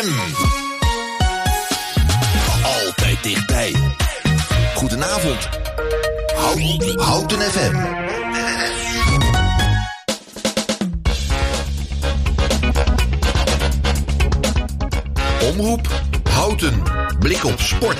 FM. Altijd dichtbij. Goedenavond. Houten FM. Omroep Houten. Blik op sport.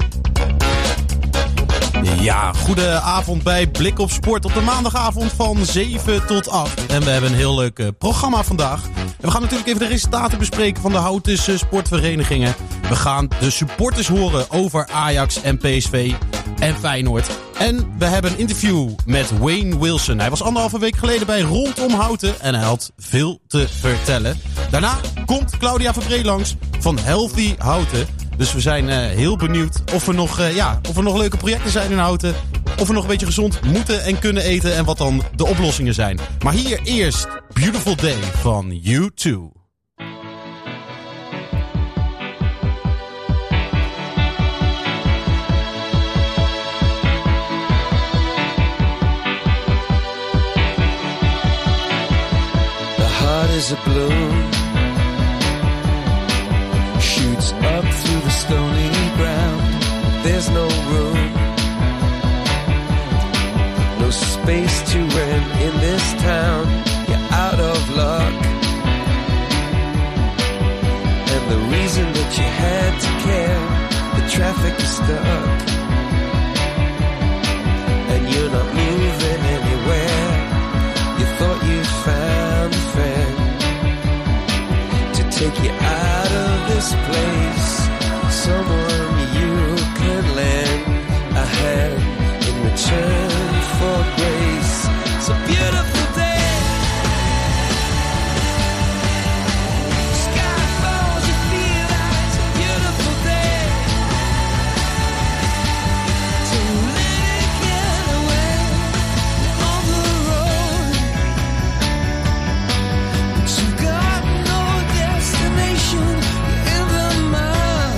Ja, goedenavond bij Blik op Sport op de maandagavond van 7 tot 8. En we hebben een heel leuk programma vandaag. En we gaan natuurlijk even de resultaten bespreken van de Houtense sportverenigingen. We gaan de supporters horen over Ajax en PSV en Feyenoord. En we hebben een interview met Wayne Wilson. Hij was 1,5 week geleden bij Rondom Houten en hij had veel te vertellen. Daarna komt Claudia Verbree langs van Healthy Houten. Dus we zijn heel benieuwd of er nog leuke projecten zijn in Houten. Of we nog een beetje gezond moeten en kunnen eten en wat dan de oplossingen zijn. Maar hier eerst Beautiful Day van U2. Is a bloom shoots up through the stony ground. There's no room, no space to rent in this town. You're out of luck, and the reason that you had to care, the traffic is stuck, and you're not moving anywhere. You thought you found a friend take you out of this place, someone you can lend a hand in return for grace. It's a beautiful day. Sky falls, you feel that it's a beautiful day. To let it get away on the road, but you got in the mud,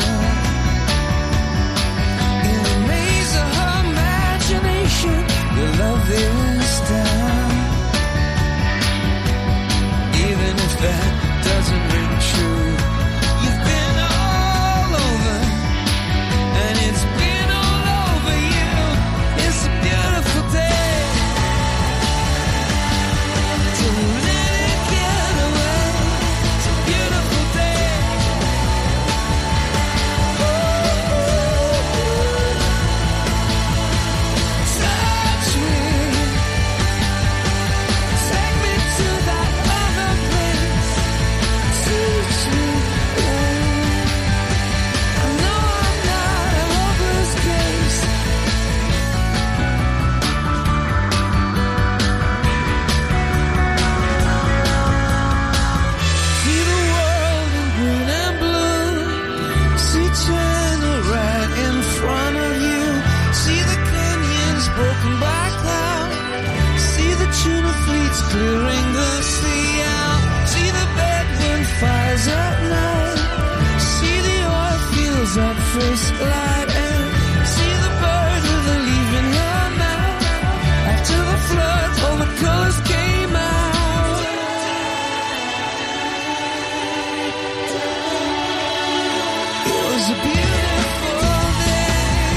in the maze of her imagination, your love is down. Even if that doesn't ring true, you've been all over, and it's been all over you. It's a beautiful day. Don't let it get away. It's a beautiful day. Clearing the sea out, see the bedroom fires at night, see the oil fields at first light, and see the bird with a leaf in her mouth. After the flood, all the colors came out. It was a beautiful day.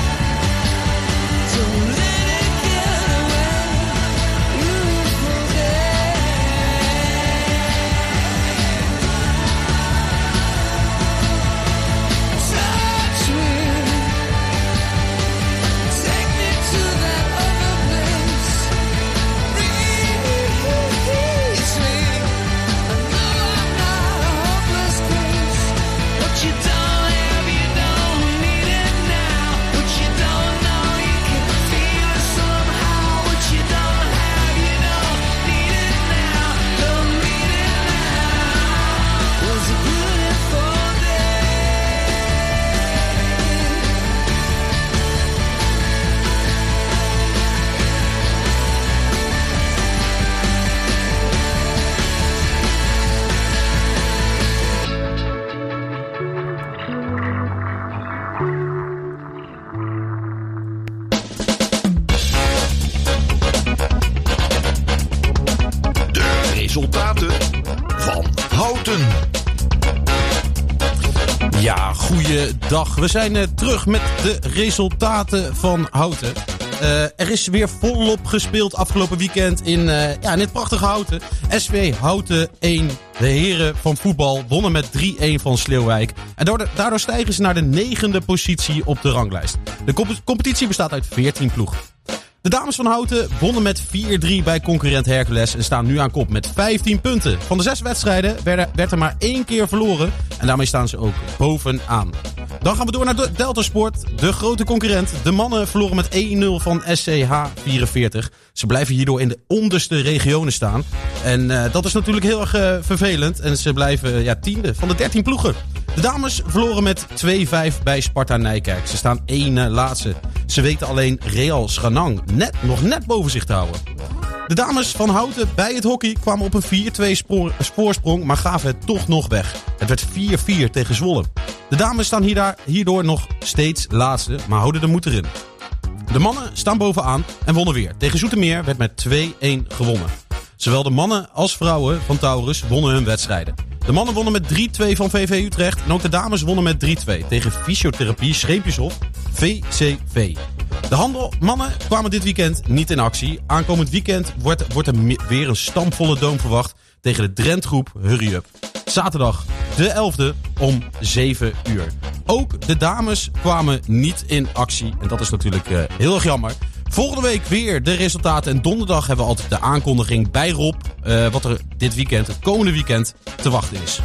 Don't let it get away. Beautiful day. Touch me, take me to that other place. Release me. I know I'm not a hopeless case. What you don't have, you don't need it now. What you don't know, you can feel it somehow. What you don't have, you don't need it now. Don't need it now. It was a beautiful day. De resultaten van Houten. Ja, goeiedag. We zijn terug met de resultaten van Houten. Er is weer volop gespeeld afgelopen weekend in dit prachtige Houten. SV Houten 1. De heren van voetbal wonnen met 3-1 van Sleeuwijk. En daardoor stijgen ze naar de 9e positie op de ranglijst. De competitie bestaat uit 14 ploegen. De dames van Houten wonnen met 4-3 bij concurrent Hercules en staan nu aan kop met 15 punten. Van de 6 wedstrijden werd er maar 1 keer verloren en daarmee staan ze ook bovenaan. Dan gaan we door naar de Deltasport, de grote concurrent. De mannen verloren met 1-0 van SCH 44. Ze blijven hierdoor in de onderste regionen staan. En dat is natuurlijk heel erg vervelend. En ze blijven tiende van de 13 ploegen. De dames verloren met 2-5 bij Sparta Nijkerk. Ze staan 1 laatste. Ze weten alleen Real Schanang nog net boven zich te houden. De dames van Houten bij het hockey kwamen op een 4-2 voorsprong, maar gaven het toch nog weg. Het werd 4-4 tegen Zwolle. De dames staan hierdoor nog steeds laatste, maar houden de moed erin. De mannen staan bovenaan en wonnen weer. Tegen Zoetermeer werd met 2-1 gewonnen. Zowel de mannen als vrouwen van Taurus wonnen hun wedstrijden. De mannen wonnen met 3-2 van VV Utrecht en ook de dames wonnen met 3-2 tegen Fysiotherapie Scheepjeshof VCV. De handelmannen kwamen dit weekend niet in actie. Aankomend weekend wordt er weer een stampvolle doom verwacht tegen de Drentgroep Hurry Up. Zaterdag de 11e om 7 uur. Ook de dames kwamen niet in actie en dat is natuurlijk heel erg jammer. Volgende week weer de resultaten en donderdag hebben we altijd de aankondiging bij Rob wat er dit weekend, het komende weekend, te wachten is.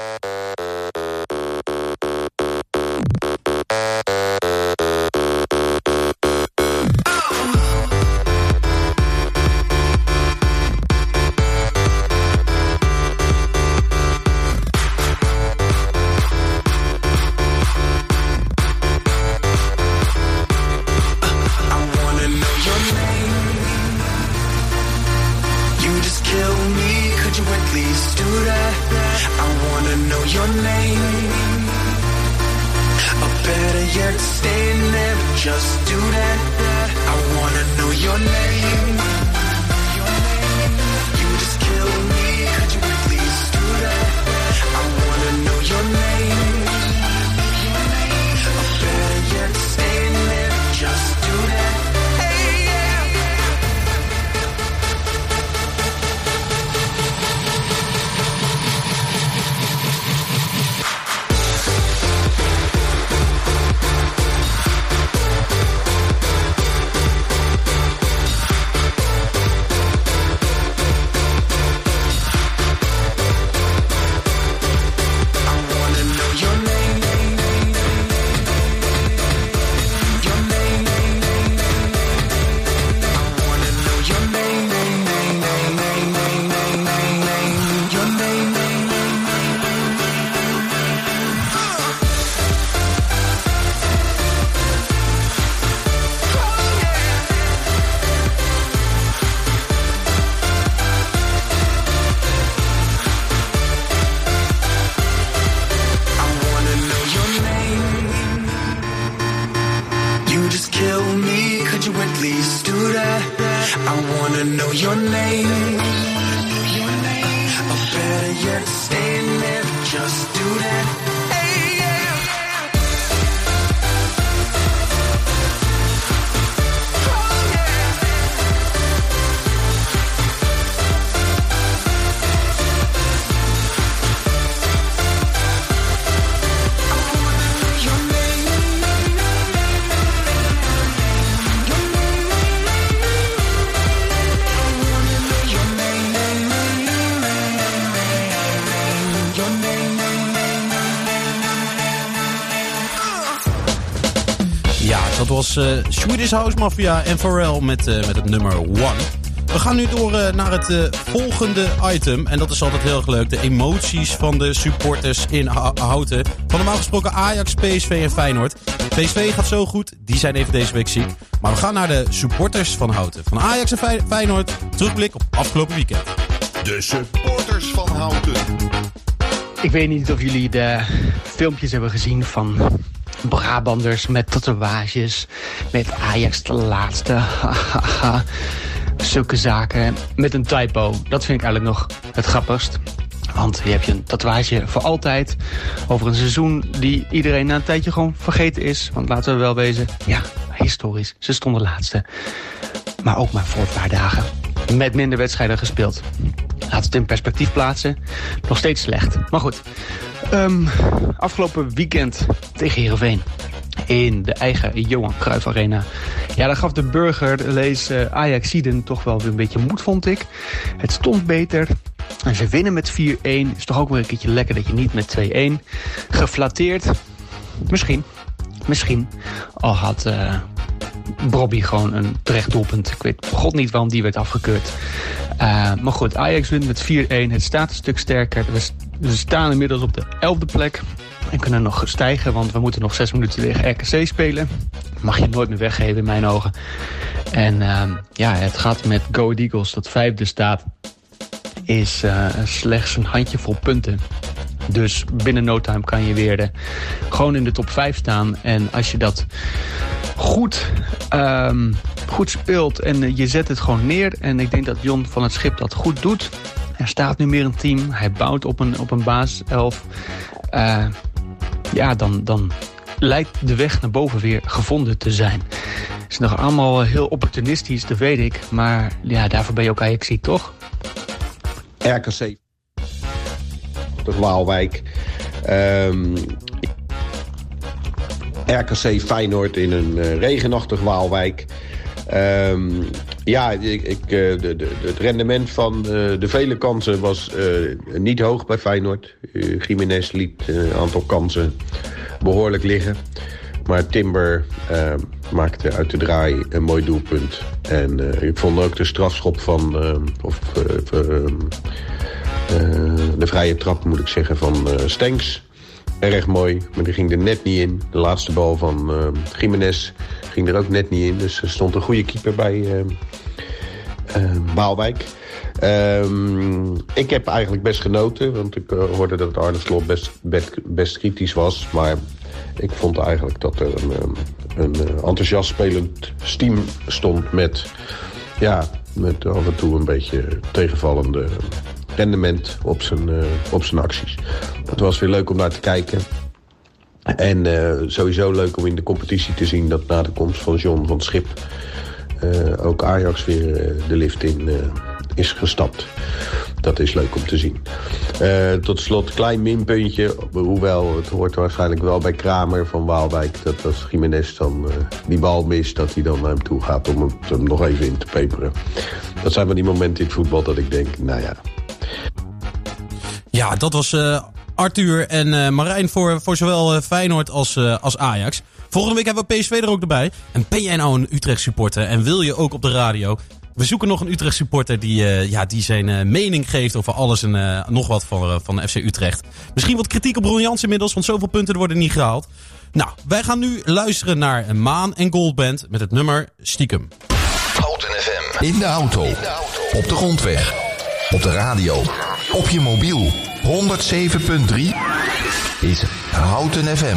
Dat was Swedish House Mafia en Pharrell met het nummer One. We gaan nu door naar het volgende item. En dat is altijd heel erg leuk. De emoties van de supporters in Houten. Van normaal gesproken Ajax, PSV en Feyenoord. PSV gaat zo goed. Die zijn even deze week ziek. Maar we gaan naar de supporters van Houten. Van Ajax en Feyenoord. Terugblik op afgelopen weekend. De supporters van Houten. Ik weet niet of jullie de filmpjes hebben gezien van Brabanders met tatoeages. Met Ajax de laatste. Zulke zaken. Met een typo. Dat vind ik eigenlijk nog het grappigst. Want je hebt je een tatoeage voor altijd. Over een seizoen die iedereen na een tijdje gewoon vergeten is. Want laten we wel wezen, ja, historisch. Ze stonden laatste. Maar ook maar voor een paar dagen. Met minder wedstrijden gespeeld. Laten we het in perspectief plaatsen. Nog steeds slecht. Maar goed. Afgelopen weekend tegen Heerenveen. In de eigen Johan Cruijff Arena. Ja, daar gaf de burgerlees Ajaxiden toch wel weer een beetje moed, vond ik. Het stond beter. En ze winnen met 4-1. Is toch ook weer een keertje lekker dat je niet met 2-1 geflatteerd. Misschien. Al had Bobby gewoon een terecht doelpunt. Ik weet god niet waarom die werd afgekeurd. Maar goed, Ajax wint met 4-1. Het staat een stuk sterker. We staan inmiddels op de 11e plek. En kunnen nog stijgen, want we moeten nog 6 minuten tegen RKC spelen. Mag je nooit meer weggeven in mijn ogen. En het gaat met Go Ahead Eagles, dat 5e staat, is slechts een handjevol punten. Dus binnen no time kan je weer gewoon in de top 5 staan. En als je dat goed speelt en je zet het gewoon neer. En ik denk dat Jon van het Schip dat goed doet. Er staat nu meer een team. Hij bouwt op een basiself. Dan lijkt de weg naar boven weer gevonden te zijn. Het is nog allemaal heel opportunistisch, dat weet ik. Maar ja, daarvoor ben je ook Ajaxiet, toch? RKC. De Waalwijk. RKC Feyenoord in een regenachtig Waalwijk. Het rendement van de vele kansen was niet hoog bij Feyenoord. Gimenez liet een aantal kansen behoorlijk liggen. Maar Timber maakte uit de draai een mooi doelpunt. En ik vond ook de strafschop van... de vrije trap, moet ik zeggen, van Stenks. Erg mooi, maar die ging er net niet in. De laatste bal van Gimenez ging er ook net niet in. Dus er stond een goede keeper bij Waalwijk. Ik heb eigenlijk best genoten, want ik hoorde dat Arne Slot best kritisch was. Maar ik vond eigenlijk dat er een enthousiast spelend team stond met af en toe een beetje tegenvallende rendement op zijn acties. Het was weer leuk om naar te kijken. En sowieso leuk om in de competitie te zien dat na de komst van Jon van het Schip ook Ajax weer de lift in is gestapt. Dat is leuk om te zien. Tot slot, klein minpuntje. Hoewel, het hoort waarschijnlijk wel bij Kramer van Waalwijk. Dat als Gimenez dan die bal mist, dat hij dan naar hem toe gaat om hem nog even in te peperen. Dat zijn wel die momenten in het voetbal dat ik denk, nou ja. Ja, dat was Arthur en Marijn voor zowel Feyenoord als Ajax. Volgende week hebben we PSV er ook erbij. En ben jij nou een Utrecht supporter en wil je ook op de radio? We zoeken nog een Utrecht supporter die zijn mening geeft over alles en nog wat van FC Utrecht. Misschien wat kritiek op Ron Jans inmiddels, want zoveel punten worden niet gehaald. Nou, wij gaan nu luisteren naar Maan en Goldband met het nummer Stiekem. Houten FM. In de auto, op de grondweg, op de radio, op je mobiel. 107.3 is Houten FM.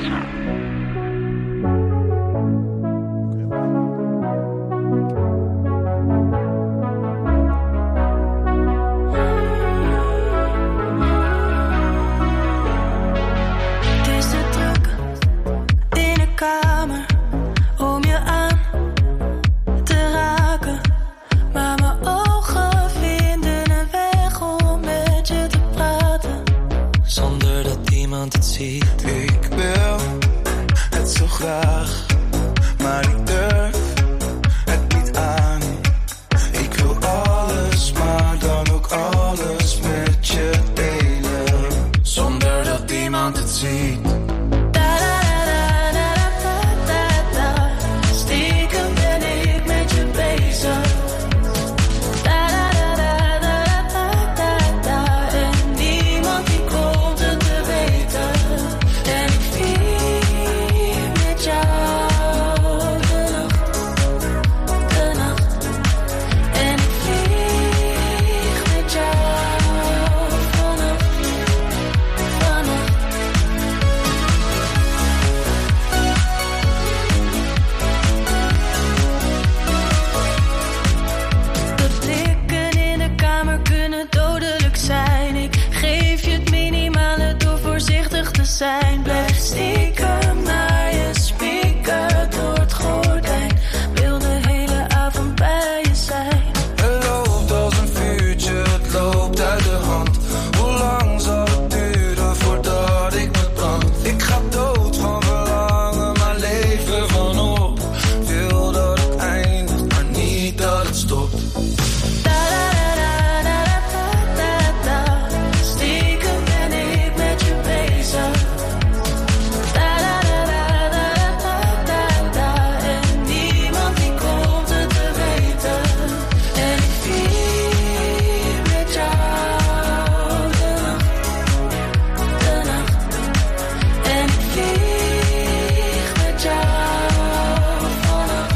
Ik wil het zo graag, maar ik durf het niet aan. Ik wil alles, maar dan ook alles met je delen, zonder dat iemand het ziet. Stiekem ben ik met je bezig. te zijn. Blijf stiekem naar je spieken door het gordijn. Wil de hele avond bij je zijn. Het loopt als een vuurtje, het loopt uit de hand. Hoe lang zal het duren voordat ik me brand? Ik ga dood van verlangen, maar leven van op. Wil dat het eindigt, maar niet dat het stopt. Stiekem ben ik met je bezig. En niemand die komt het te weten. En ik vier met jou de nacht. En ik vlieg met jou vannacht.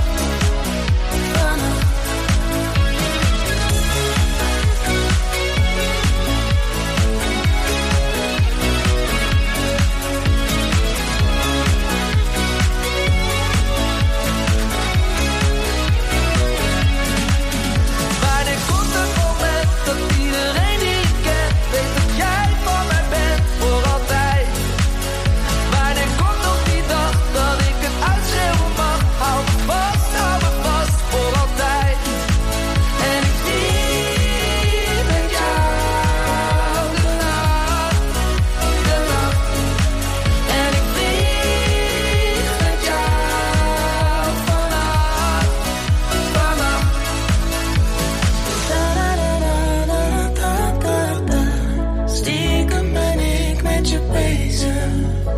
Wanneer komt het moment dat iedereen die ik ken weet dat jij van mij bent voor altijd? Wanneer komt nog die dag dat ik het uitschreeuwen mag? Hou me vast voor altijd. En ik vier met jou de nacht. En ik vlieg met jou vannacht. Stiekem ben ik met je bezig.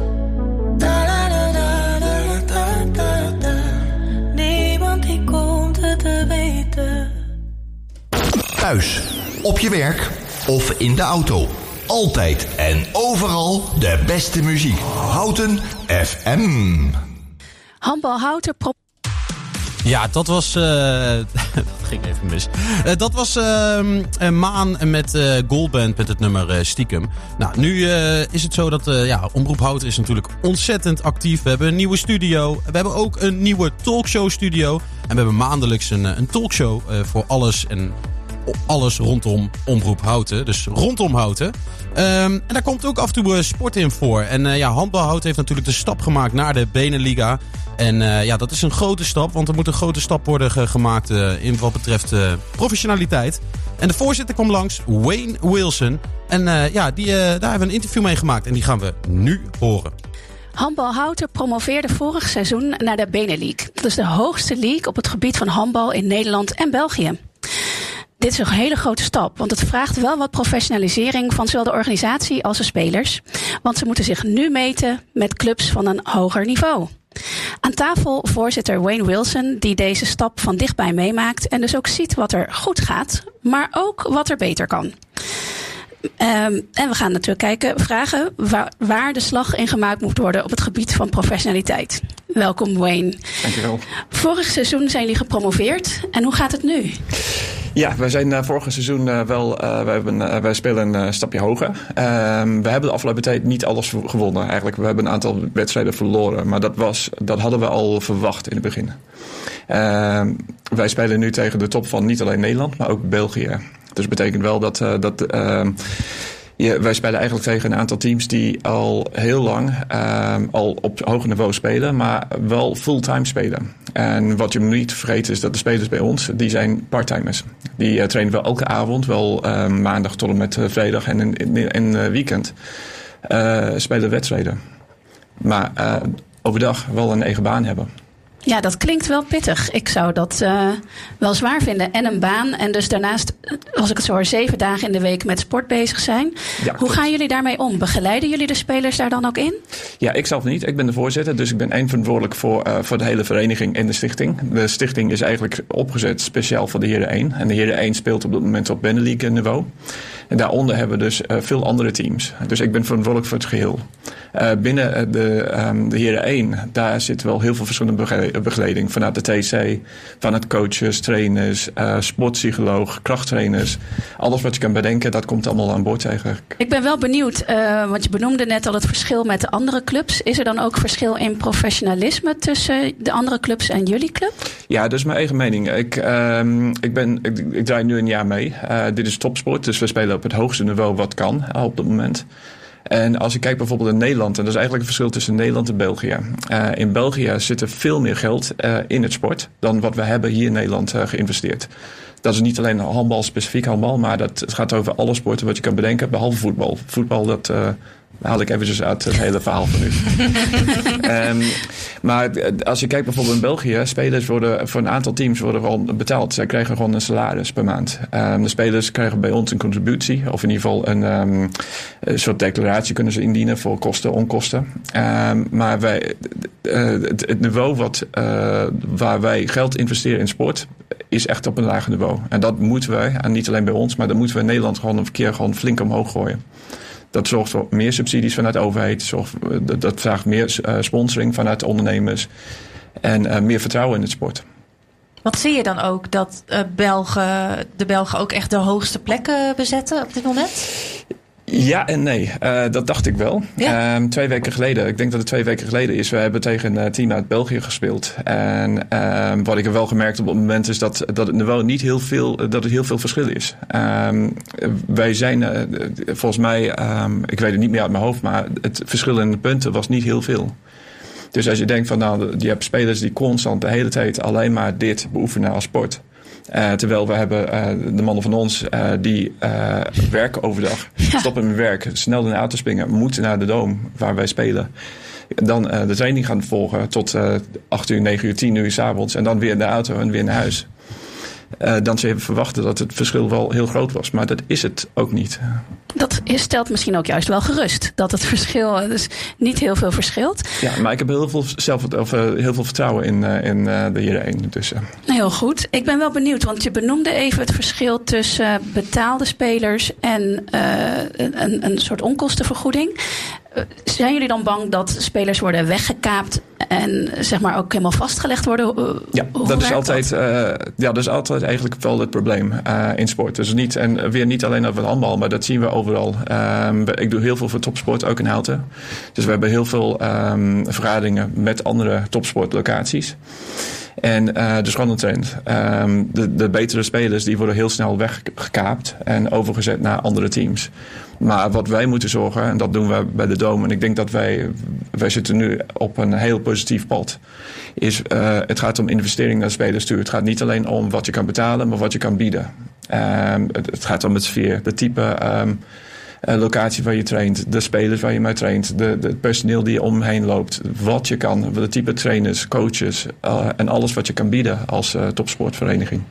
Niemand die komt het te weten. Thuis, op je werk of in de auto. Altijd en overal de beste muziek. Houten FM. Handbal Houten Ja, dat was... dat ging even mis. Dat was Maan met Goalband met het nummer Stiekem. Nou, nu is het zo dat Omroep Houten is natuurlijk ontzettend actief. We hebben een nieuwe studio. We hebben ook een nieuwe talkshow studio. En we hebben maandelijks een talkshow voor alles en alles rondom Omroep Houten. Dus rondom Houten. En daar komt ook af en toe sport in voor. En Handbal Houten heeft natuurlijk de stap gemaakt naar de Beneliga. En dat is een grote stap, want er moet een grote stap worden gemaakt in wat betreft professionaliteit. En de voorzitter kwam langs, Wayne Wilson. En daar hebben we een interview mee gemaakt en die gaan we nu horen. Handbal Houten promoveerde vorig seizoen naar de Benelux. Dat is de hoogste league op het gebied van handbal in Nederland en België. Dit is een hele grote stap, want het vraagt wel wat professionalisering van zowel de organisatie als de spelers. Want ze moeten zich nu meten met clubs van een hoger niveau. Aan tafel voorzitter Wayne Wilson, die deze stap van dichtbij meemaakt en dus ook ziet wat er goed gaat, maar ook wat er beter kan. En we gaan natuurlijk vragen waar de slag in gemaakt moet worden op het gebied van professionaliteit. Welkom Wayne. Dankjewel. Vorig seizoen zijn jullie gepromoveerd. En hoe gaat het nu? Ja, wij zijn vorig seizoen wij spelen een stapje hoger. We hebben de afgelopen tijd niet alles gewonnen eigenlijk. We hebben een aantal wedstrijden verloren. Maar dat hadden we al verwacht in het begin. Wij spelen nu tegen de top van niet alleen Nederland, maar ook België. Dus dat betekent wel dat wij spelen eigenlijk tegen een aantal teams die al heel lang al op hoog niveau spelen, maar wel fulltime spelen. En wat je niet vergeet is dat de spelers bij ons, die zijn parttimers. Die trainen wel elke avond, wel maandag tot en met vrijdag en in weekend spelen wedstrijden. Maar overdag wel een eigen baan hebben. Ja, dat klinkt wel pittig. Ik zou dat wel zwaar vinden. En een baan. En dus daarnaast, als ik het zo hoor, 7 dagen in de week met sport bezig zijn. Ja, hoe gaan jullie daarmee om? Begeleiden jullie de spelers daar dan ook in? Ja, ik zelf niet. Ik ben de voorzitter. Dus ik ben eindverantwoordelijk voor de hele vereniging en de stichting. De stichting is eigenlijk opgezet speciaal voor de Heren 1. En de Heren 1 speelt op dit moment op Benelux niveau. En daaronder hebben we dus veel andere teams. Dus ik ben verantwoordelijk voor het geheel. Binnen de Heren 1, daar zit wel heel veel verschillende begeleiding. Vanuit de TC, vanuit coaches, trainers, sportpsycholoog, krachttrainers. Alles wat je kan bedenken, dat komt allemaal aan boord eigenlijk. Ik ben wel benieuwd, want je benoemde net al het verschil met de andere clubs. Is er dan ook verschil in professionalisme tussen de andere clubs en jullie club? Ja, dat is mijn eigen mening. Ik draai nu een jaar mee. Dit is topsport, dus we spelen op het hoogste niveau wat kan op dit moment. En als ik kijk bijvoorbeeld in Nederland, en dat is eigenlijk het verschil tussen Nederland en België. In België zit er veel meer geld in het sport dan wat we hebben hier in Nederland geïnvesteerd. Dat is niet alleen handbal, specifiek handbal, maar het gaat over alle sporten wat je kan bedenken, behalve voetbal. Voetbal, dat haal ik eventjes uit het hele verhaal van nu. Maar als je kijkt bijvoorbeeld in België, spelers worden voor een aantal teams worden gewoon betaald. Zij krijgen gewoon een salaris per maand. De spelers krijgen bij ons een contributie, of in ieder geval een soort declaratie kunnen ze indienen voor kosten, onkosten. Maar het niveau waar wij geld investeren in sport is echt op een lager niveau. En dat moeten wij, en niet alleen bij ons, maar dat moeten we in Nederland gewoon een keer gewoon flink omhoog gooien. Dat zorgt voor meer subsidies vanuit de overheid. Dat vraagt meer sponsoring vanuit de ondernemers. En meer vertrouwen in het sport. Wat zie je dan ook dat de Belgen ook echt de hoogste plekken bezetten op dit moment? Ja en nee, dat dacht ik wel. Ja. 2 weken geleden, ik denk dat het 2 weken geleden is, we hebben tegen een team uit België gespeeld. En wat ik heb wel gemerkt op het moment is dat het niveau niet heel veel verschil is. Wij zijn, volgens mij, ik weet het niet meer uit mijn hoofd, maar het verschil in de punten was niet heel veel. Dus als je denkt van nou, je hebt spelers die constant de hele tijd alleen maar dit beoefenen als sport. Terwijl we hebben de mannen van ons die werken overdag, stoppen met werk, snel in de auto springen, moeten naar de Dome waar wij spelen. Dan de training gaan volgen tot 8 uur, 9 uur, 10 uur 's avonds en dan weer in de auto en weer naar huis. Dan zou je verwachten dat het verschil wel heel groot was. Maar dat is het ook niet. Dat stelt misschien ook juist wel gerust. Dat het verschil dus niet heel veel verschilt. Ja, maar ik heb heel veel vertrouwen in de heren 1. Dus, Heel goed. Ik ben wel benieuwd. Want je benoemde even het verschil tussen betaalde spelers en een soort onkostenvergoeding. Zijn jullie dan bang dat spelers worden weggekaapt en zeg maar ook helemaal vastgelegd worden? Ja, dat is altijd eigenlijk wel het probleem in sport. Dus niet alleen over het handbal, maar dat zien we overal. Ik doe heel veel voor topsport, ook in Houten. Dus we hebben heel veel vergaderingen met andere topsportlocaties. En dus gewoon een trend. De betere spelers die worden heel snel weggekaapt en overgezet naar andere teams. Maar wat wij moeten zorgen, en dat doen we bij de Dome, en ik denk dat wij zitten nu op een heel positief pad, is het gaat om investering naar de spelers toe. Het gaat niet alleen om wat je kan betalen, maar wat je kan bieden. Het gaat om het sfeer, de type locatie waar je traint, de spelers waar je mee traint, het personeel die je omheen loopt, wat je kan, de type trainers, coaches en alles wat je kan bieden als topsportvereniging.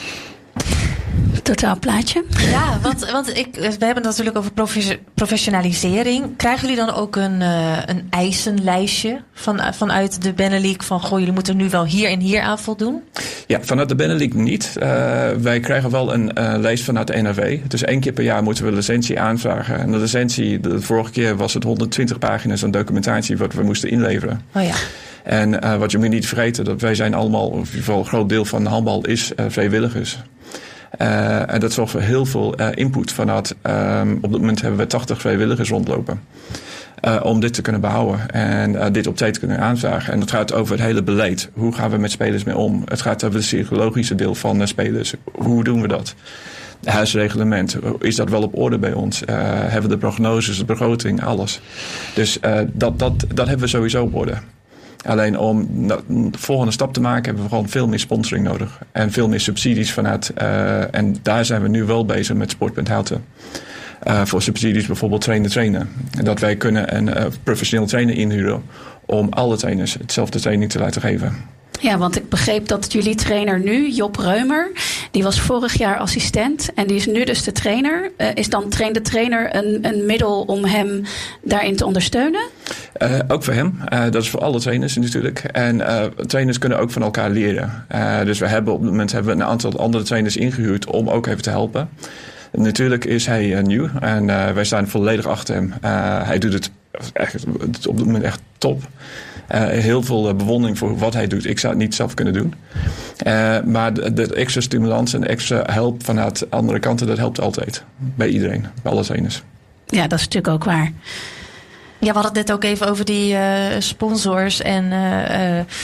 Totaalplaatje. Ja, want we hebben het natuurlijk over professionalisering. Krijgen jullie dan ook een eisenlijstje vanuit de Benelux van goh, jullie moeten nu wel hier en hier aan voldoen? Ja, vanuit de Benelux niet. Wij krijgen wel een lijst vanuit de NRW. Dus 1 keer per jaar moeten we een licentie aanvragen. En de licentie, de vorige keer was het 120 pagina's aan documentatie wat we moesten inleveren. Oh ja. En wat je moet niet vergeten, dat wij zijn allemaal, of in ieder geval een groot deel van de handbal is vrijwilligers. En dat zorgt voor heel veel input vanuit, op dit moment hebben we 80 vrijwilligers rondlopen. Om dit te kunnen behouden en dit op tijd te kunnen aanvragen. En dat gaat over het hele beleid. Hoe gaan we met spelers mee om? Het gaat over het psychologische deel van spelers. Hoe doen we dat? Het huisreglement, is dat wel op orde bij ons? Hebben we de prognoses, de begroting, alles? Dus dat hebben we sowieso op orde. Alleen om de volgende stap te maken hebben we gewoon veel meer sponsoring nodig. En veel meer subsidies vanuit. En daar zijn we nu wel bezig met Sport Houten. Voor subsidies bijvoorbeeld trainen. Dat wij kunnen een professioneel trainer inhuren om alle trainers hetzelfde training te laten geven. Ja, want ik begreep dat jullie trainer nu, Job Reumer, die was vorig jaar assistent en die is nu dus de trainer. Is dan de trainer een middel om hem daarin te ondersteunen? Ook voor hem. Dat is voor alle trainers natuurlijk. En trainers kunnen ook van elkaar leren. Dus we hebben op het moment een aantal andere trainers ingehuurd om ook even te helpen. Natuurlijk is hij nieuw en wij staan volledig achter hem. Hij doet het echt, op dit moment echt top. Heel veel bewondering voor wat hij doet. Ik zou het niet zelf kunnen doen. Maar de extra stimulans en de extra help vanuit andere kanten, dat helpt altijd. Bij iedereen, bij alle trainers. Ja, dat is natuurlijk ook waar. Ja, we hadden het net ook even over die sponsors en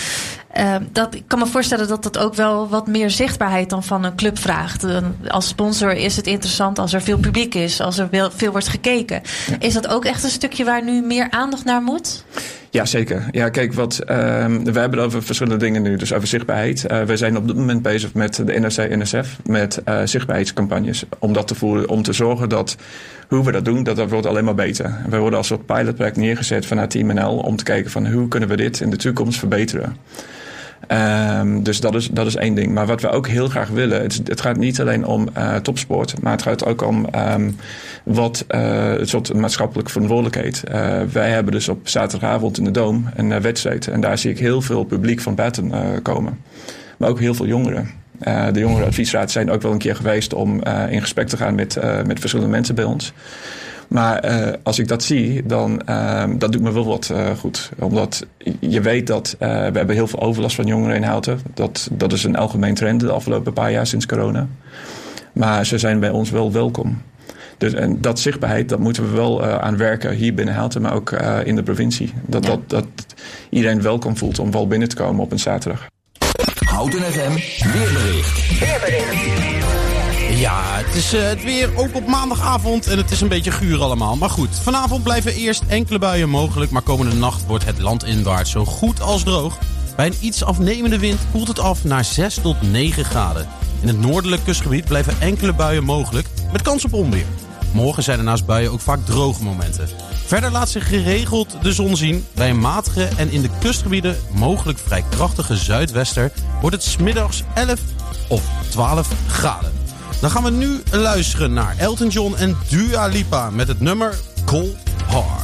Ik kan me voorstellen dat dat ook wel wat meer zichtbaarheid dan van een club vraagt. Als sponsor is het interessant als er veel publiek is, als er veel wordt gekeken. Ja. Is dat ook echt een stukje waar nu meer aandacht naar moet? Ja, zeker. Ja, kijk, we hebben het over verschillende dingen nu. Dus over zichtbaarheid. We zijn op dit moment bezig met de NOC-NSF met zichtbaarheidscampagnes. Om dat te voeren, om te zorgen dat hoe we dat doen, dat wordt alleen maar beter. We worden als soort pilotproject neergezet vanuit Team NL om te kijken van hoe kunnen we dit in de toekomst verbeteren. Dus dat is één ding. Maar wat we ook heel graag willen, het gaat niet alleen om topsport, maar het gaat ook om het soort maatschappelijke verantwoordelijkheid. Wij hebben dus op zaterdagavond in de Dome een wedstrijd. En daar zie ik heel veel publiek van buiten komen. Maar ook heel veel jongeren. De jongerenadviesraad zijn ook wel een keer geweest om in gesprek te gaan met verschillende mensen bij ons. Maar als ik dat zie, dan dat doet me wel wat goed. Omdat je weet dat we hebben heel veel overlast van jongeren in Houten. Dat is een algemeen trend de afgelopen paar jaar sinds corona. Maar ze zijn bij ons wel welkom. Dus, en dat zichtbaarheid, dat moeten we wel aan werken hier binnen Houten, maar ook in de provincie. Dat iedereen welkom voelt om wel binnen te komen op een zaterdag. Houten FM, weerbericht. Ja, het is het weer ook op maandagavond en het is een beetje guur allemaal. Maar goed, vanavond blijven eerst enkele buien mogelijk, maar komende nacht wordt het landinwaarts zo goed als droog. Bij een iets afnemende wind koelt het af naar 6 tot 9 graden. In het noordelijk kustgebied blijven enkele buien mogelijk, met kans op onweer. Morgen zijn er naast buien ook vaak droge momenten. Verder laat zich geregeld de zon zien. Bij een matige en in de kustgebieden mogelijk vrij krachtige zuidwester wordt het 's middags 11 of 12 graden. Dan gaan we nu luisteren naar Elton John en Dua Lipa met het nummer Cold Heart.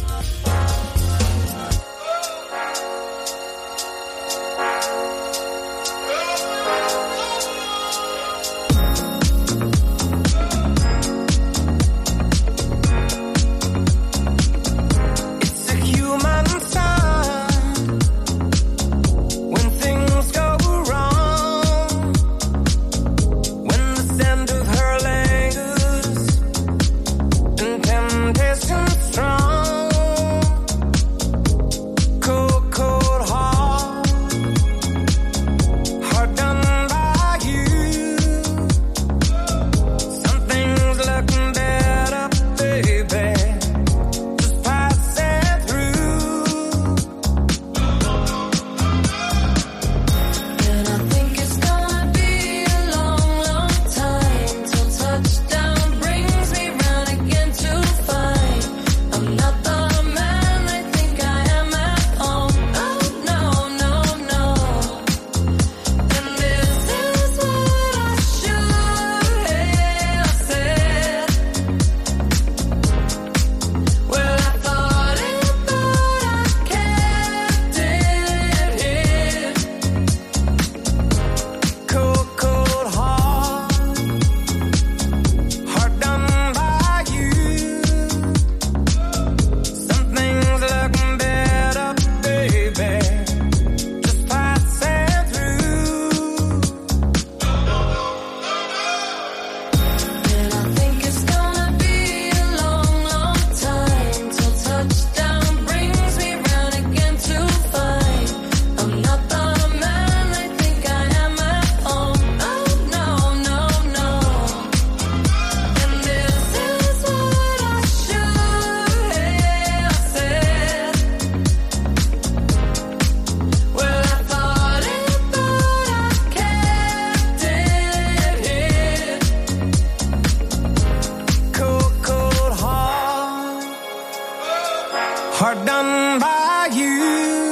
Hard done by you.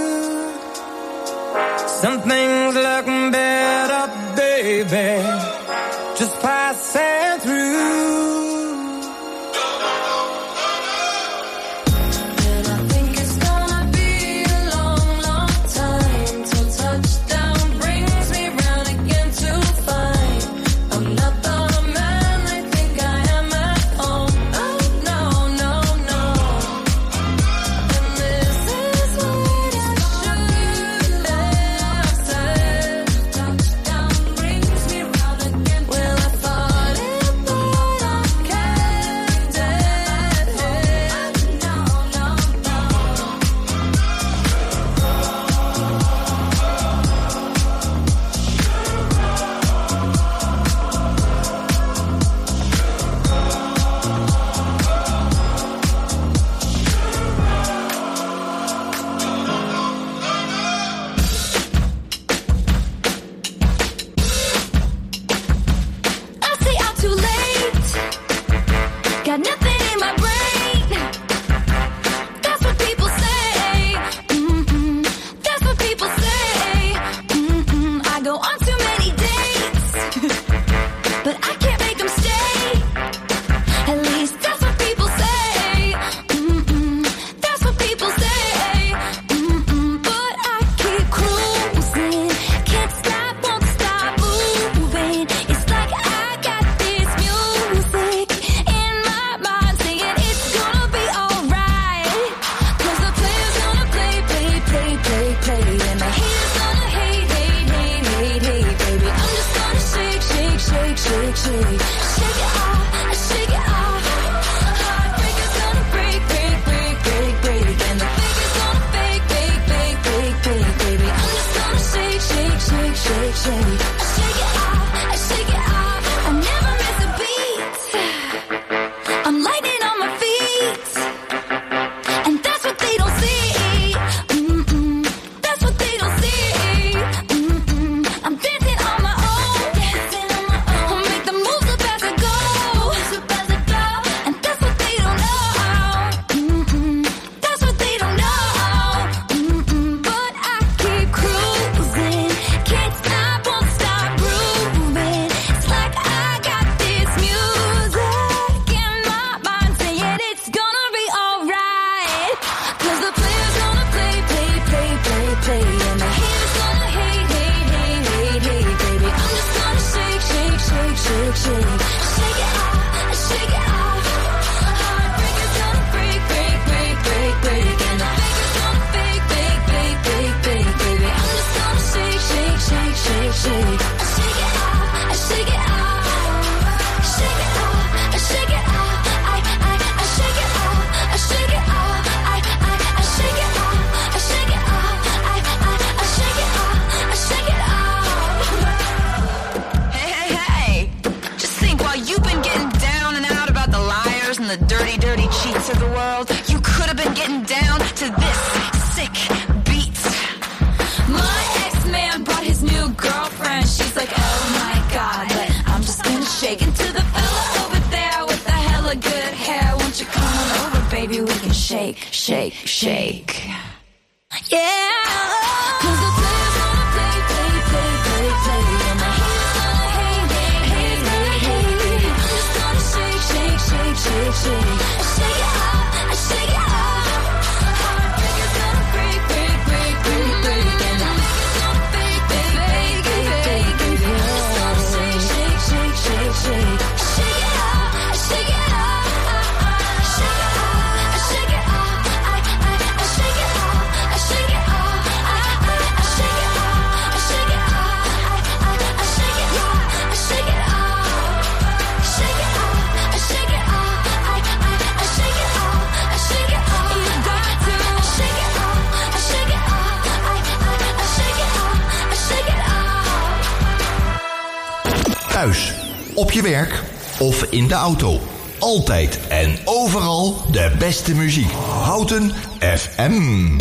Some things look better, baby. Just passing through. day. And the haters gonna hate, hate, hate, hate, hate, baby. I'm just gonna shake, shake, shake, shake, shake. Shake it off, shake it off. Heartbreakers gonna break, break, break, break, break. And the fakers gonna fake, fake, fake, fake, fake, baby. I'm just gonna shake, shake, shake, shake, shake. Shake it off, shake it off. Shake it off, shake it off. I shake it off, shake it off. I shake it off, shake it off. I shake it off, shake it off. Hey, hey, hey. Just think, while you've been getting down and out about the liars and the dirty, dirty cheats of the world, you could have been getting down to this sick beat. My ex-man brought his new girlfriend. She's like, oh my God, but I'm just gonna shake into the fella over there with the hella good hair. Won't you come on over, baby? We can shake, shake, shake. Yeah. 'Cause the players wanna play, play, play, play, play. And the haters gonna hate, hate, hate, hate, hate, baby. I'm just gonna shake, shake, shake, shake, shake. Shake it off, shake it off. Heartbreakers gonna break, break, break, break, break. And the fakers gonna fake, fake, fake, fake, fake, baby. I'm just gonna shake, shake, shake, shake, shake. Shake it off, shake it off. Shake it off, shake it off. I shake it off, shake it off. I shake it off, shake it off. I shake it off, shake it off. Shake it off, shake it off. I shake it off, shake it off. You got to shake it off, shake it off. I shake it off, shake it off. Thuis, op je werk of in de auto. Altijd en overal de beste muziek. Houten FM.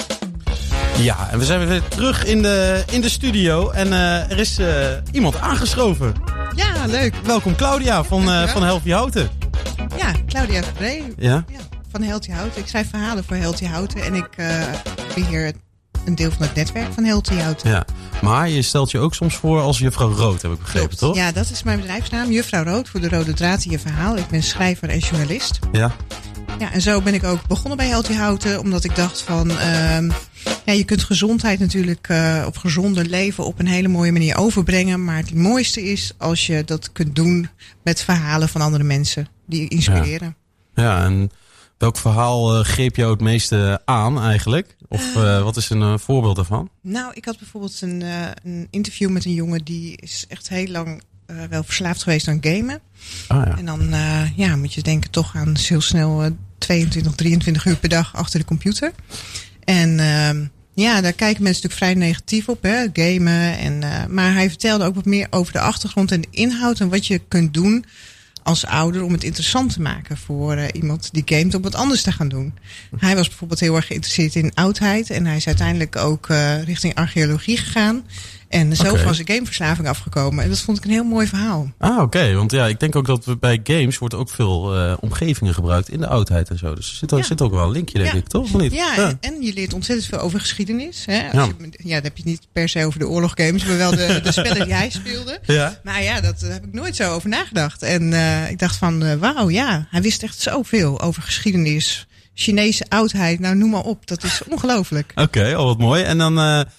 Ja, en we zijn weer terug in de studio. En er is iemand aangeschoven. Ja, leuk. Welkom Claudia van Healthy Houten. Ja, Claudia Verbree. Ja? Van Healthy Houten. Ik schrijf verhalen voor Healthy Houten. En ik beheer een deel van het netwerk van Healthy Houten. Ja, maar je stelt je ook soms voor als juffrouw Rood, heb ik begrepen, Klopt. toch? Ja, dat is mijn bedrijfsnaam. Juffrouw Rood, voor de rode draad in je verhaal. Ik ben schrijver en journalist. Ja. Ja, en zo ben ik ook begonnen bij Healthy Houten. Omdat ik dacht van... ja, je kunt gezondheid natuurlijk of gezonder leven op een hele mooie manier overbrengen. Maar het mooiste is als je dat kunt doen met verhalen van andere mensen. Die inspireren. Ja, en welk verhaal greep jou het meeste aan eigenlijk? Of wat is een voorbeeld daarvan? Nou, ik had bijvoorbeeld een interview met een jongen... die is echt heel lang wel verslaafd geweest aan gamen. Oh, ja. En dan moet je denken toch aan heel snel 22, 23 uur per dag achter de computer. En daar kijken mensen natuurlijk vrij negatief op, hè, gamen. Maar hij vertelde ook wat meer over de achtergrond en de inhoud... en wat je kunt doen als ouder om het interessant te maken voor iemand die gamet om wat anders te gaan doen. Hij was bijvoorbeeld heel erg geïnteresseerd in oudheid en hij is uiteindelijk ook richting archeologie gegaan. En zo van zijn gameverslaving afgekomen. En dat vond ik een heel mooi verhaal. Ah, oké. Want ja, ik denk ook dat we bij games wordt ook veel omgevingen gebruikt in de oudheid en zo. Dus er zit ook wel een linkje, denk ik, toch? Of niet? Ja, en je leert ontzettend veel over geschiedenis. Hè? Dan heb je het niet per se over de oorloggames, maar wel de spellen die hij speelde. Ja. Maar ja, dat heb ik nooit zo over nagedacht. En ik dacht van, wauw, ja, hij wist echt zoveel over geschiedenis. Chinese oudheid, nou noem maar op. Dat is ongelooflijk. Oké, al wat mooi. En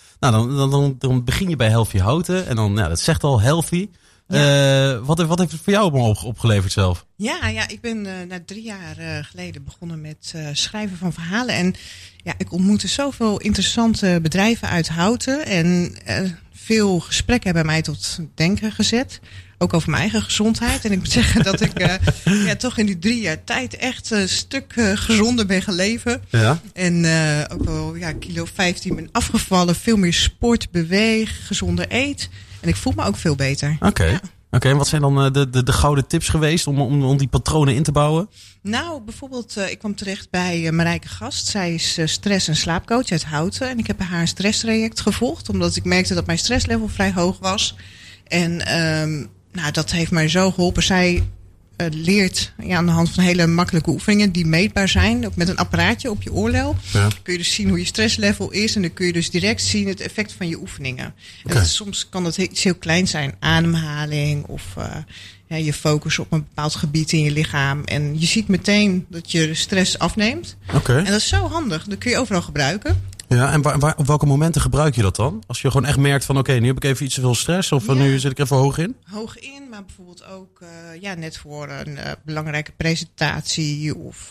dan begin je bij Healthy Houten. En dan, dat zegt al healthy. Ja. Wat heeft het voor jou opgeleverd zelf? Ja, ik ben na 3 jaar geleden begonnen met schrijven van verhalen. En ja, ik ontmoette zoveel interessante bedrijven uit Houten. En veel gesprekken hebben mij tot denken gezet. Ook over mijn eigen gezondheid. En ik moet zeggen dat ik toch in die 3 jaar tijd echt een stuk gezonder ben gaan leven. Ja. En ook wel kilo 15 ben afgevallen. Veel meer sport, beweeg, gezonder eet. En ik voel me ook veel beter. Oké. Oké, en wat zijn dan de gouden tips geweest om die patronen in te bouwen? Nou, bijvoorbeeld, ik kwam terecht bij Marijke Gast. Zij is stress- en slaapcoach uit Houten. En ik heb bij haar een stresstraject gevolgd. Omdat ik merkte dat mijn stresslevel vrij hoog was. En dat heeft mij zo geholpen. Zij leert aan de hand van hele makkelijke oefeningen die meetbaar zijn. Ook met een apparaatje op je oorlel. Ja. Kun je dus zien hoe je stresslevel is. En dan kun je dus direct zien het effect van je oefeningen. En soms kan dat iets heel klein zijn. Ademhaling of je focus op een bepaald gebied in je lichaam. En je ziet meteen dat je stress afneemt. En dat is zo handig. Dat kun je overal gebruiken. Ja, en op welke momenten gebruik je dat dan? Als je gewoon echt merkt van oké, nu heb ik even iets te veel stress of nu zit ik even hoog in? Hoog in, maar bijvoorbeeld ook net voor een belangrijke presentatie of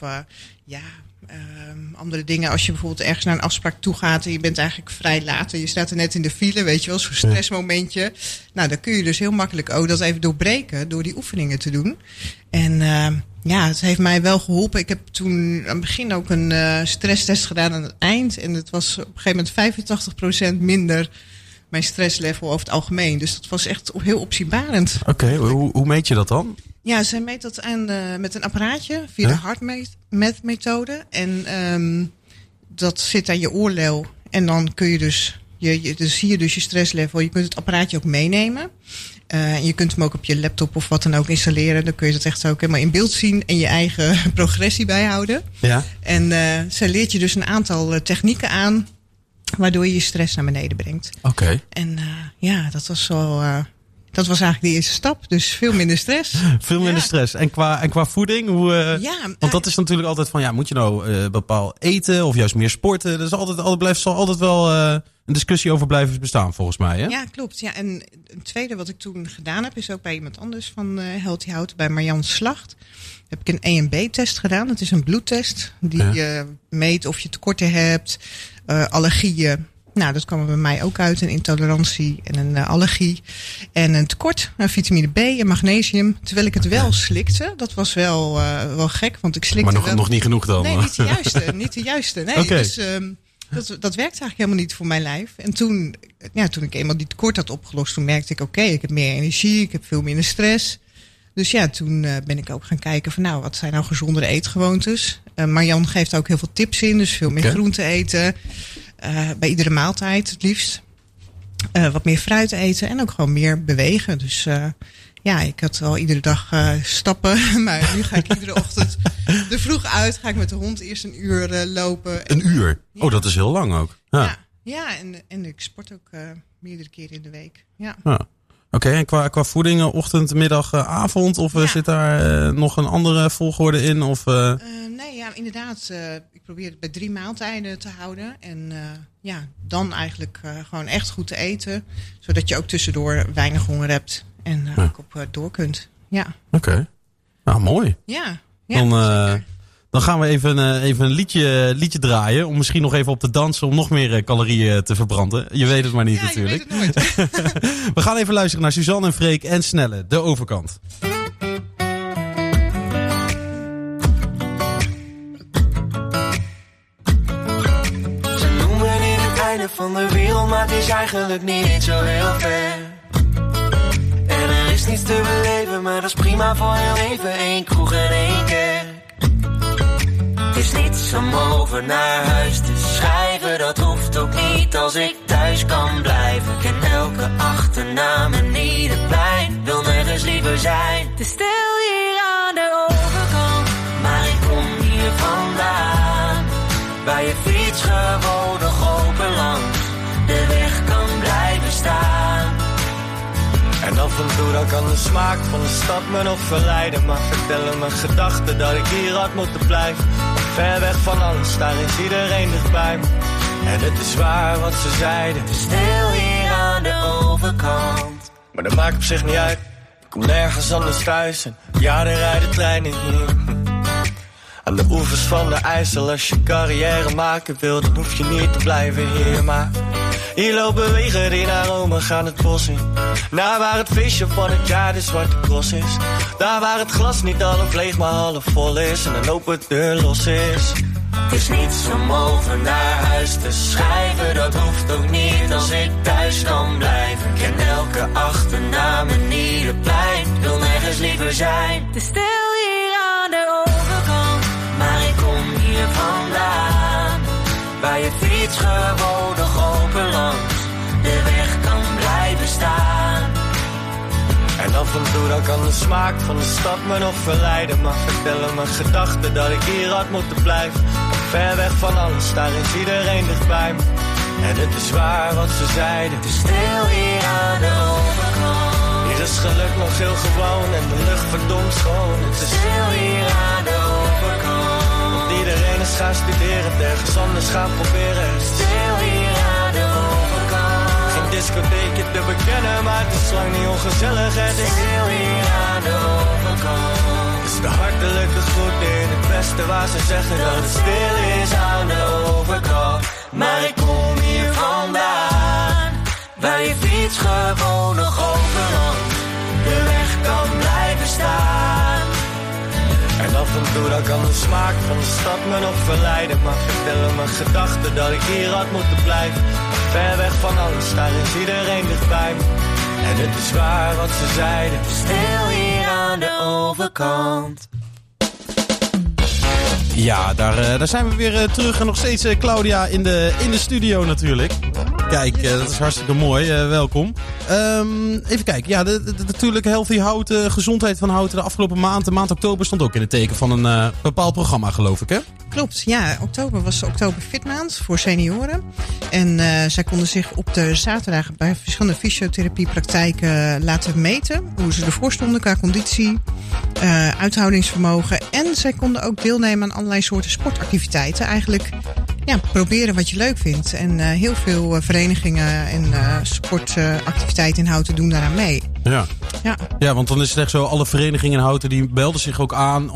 andere dingen. Als je bijvoorbeeld ergens naar een afspraak toe gaat en je bent eigenlijk vrij laat en je staat er net in de file, weet je wel, zo'n stressmomentje. Nou, dan kun je dus heel makkelijk ook dat even doorbreken door die oefeningen te doen. En het heeft mij wel geholpen. Ik heb toen aan het begin ook een stresstest gedaan aan het eind. En het was op een gegeven moment 85% minder mijn stresslevel over het algemeen. Dus dat was echt heel opzienbarend. Oké, hoe meet je dat dan? Ja, zij meet dat met een apparaatje via de HeartMath-methode. En dat zit aan je oorlel. En dan kun je dus, dan zie je dus je stresslevel. Je kunt het apparaatje ook meenemen. Je kunt hem ook op je laptop of wat dan ook installeren. Dan kun je dat echt ook helemaal in beeld zien en je eigen progressie bijhouden. Ja. En zij leert je dus een aantal technieken aan, waardoor je je stress naar beneden brengt. Oké. En dat was wel... dat was eigenlijk de eerste stap. Dus veel minder stress. Veel minder stress. En qua voeding? Want dat is natuurlijk altijd van... moet je nou bepaald eten of juist meer sporten? Er zal altijd wel een discussie over blijven bestaan volgens mij. Hè? Ja, klopt. Ja. En een tweede wat ik toen gedaan heb... is ook bij iemand anders van Healthy Houten. Bij Marjan Slacht. Heb ik een EMB-test gedaan. Dat is een bloedtest. Die meet of je tekorten hebt. Allergieën. Nou, dat kwam er bij mij ook uit. Een intolerantie en een allergie. En een tekort aan vitamine B en magnesium. Terwijl ik het wel slikte. Dat was wel gek, want ik slikte maar nog niet genoeg dan? Nee, niet de juiste. Nee, okay. Dus dat werkte eigenlijk helemaal niet voor mijn lijf. En toen ik eenmaal die tekort had opgelost... toen merkte ik, oké, ik heb meer energie. Ik heb veel minder stress. Dus toen ben ik ook gaan kijken van... wat zijn nou gezondere eetgewoontes? Marjan geeft ook heel veel tips in. Dus veel meer groente eten... bij iedere maaltijd het liefst. Wat meer fruit eten en ook gewoon meer bewegen. Dus ik had wel iedere dag stappen. Maar nu ga ik iedere ochtend er vroeg uit. Ga ik met de hond eerst een uur lopen. Een uur? Ja. Oh, dat is heel lang ook. Ja, en ik sport ook meerdere keren in de week. Ja. Oké, en qua voeding, ochtend, middag, avond? Of zit daar nog een andere volgorde in? Of, inderdaad. Ik probeer het bij 3 maaltijden te houden. En dan eigenlijk gewoon echt goed te eten. Zodat je ook tussendoor weinig honger hebt. En ook op door kunt. Ja. Oké. Nou, mooi. Ja. Dan gaan we even een liedje draaien. Om misschien nog even op te dansen. Om nog meer calorieën te verbranden. Je weet het maar niet natuurlijk. Je weet het nooit. We gaan even luisteren naar Suzanne en Freek en Snelle. De Overkant. Ze noemen dit het einde van de wereld. Maar het is eigenlijk niet zo heel ver. En er is niets te beleven. Maar dat is prima voor heel even. 1 kroeg en 1 kerk. Het is niets om over naar huis te schrijven. Dat hoeft ook niet als ik thuis kan blijven. Ik ken elke achternaam en ieder plein. Wil nergens liever zijn. Te stil hier aan de overkant. Maar ik kom hier vandaan. Bij je fiets gewoon nog open langs. De weg kan blijven staan. En af en toe dan kan de smaak van de stad me nog verleiden. Maar vertellen mijn gedachten dat ik hier had moeten blijven. Ver weg van alles, daar is iedereen dichtbij me. En het is waar wat ze zeiden. Stil hier aan de overkant. Maar dat maakt op zich niet uit. Ik kom nergens anders thuis. En ja, er rijden treinen hier. Aan de oevers van de IJssel. Als je carrière maken wil, dan hoef je niet te blijven hier. Maar hier lopen wegen die naar Rome gaan het bos in. Naar waar het feestje van het jaar de Zwarte Cross is. Daar waar het glas niet half leeg maar half vol is. En een open deur los is. Het is niets om over naar huis te schrijven. Dat hoeft ook niet als ik thuis kan blijven. Ik ken elke achternaam en ieder plein. Wil nergens liever zijn. Te stil hier aan de overkant. Maar ik kom hier vandaan. Waar je fiets gewoon nog open langs. De weg kan blijven staan. En af en toe dan kan de smaak van de stad me nog verleiden. Maar vertellen mijn gedachten dat ik hier had moeten blijven. Ver weg van alles, daar is iedereen dichtbij me. En het is waar wat ze zeiden. Te stil hier aan de overkant. Hier is geluk nog heel gewoon en de lucht verdomd schoon. Het is stil hier aan de overkant. Want iedereen is gaan studeren, ergens anders gaan proberen. Stil liefde bekennen, maar het is lang niet ongezellig. Het is stil hier aan de overkant. Het is de hartelijke groet in het beste waar ze zeggen dat het stil is aan de overkant. Maar ik kom hier vandaan, waar je fiets gewoon nog overal de weg kan blijven staan. En af en toe dan kan de smaak van de stad me nog verleiden, maar vertellen mijn gedachten dat ik hier had moeten blijven. Ver weg van alles, daar is iedereen dichtbij me. En het is waar wat ze zeiden, stil hier aan de overkant. Ja, daar zijn we weer terug en nog steeds Claudia in de studio natuurlijk. Kijk, dat is hartstikke mooi. Welkom. Even kijken. Ja, natuurlijk Healthy Houten, gezondheid van Houten. De afgelopen maand oktober, stond ook in het teken van een bepaald programma, geloof ik, hè? Klopt, ja. Oktober was de Oktober Fitmaand voor senioren. En zij konden zich op de zaterdagen bij verschillende fysiotherapiepraktijken laten meten. Hoe ze ervoor stonden qua conditie, uithoudingsvermogen. En zij konden ook deelnemen aan allerlei soorten sportactiviteiten. Eigenlijk proberen wat je leuk vindt. En heel veel verenigingen en sportactiviteiten in Houten doen daaraan mee. Ja, want dan is het echt zo, alle verenigingen in Houten die belden zich ook aan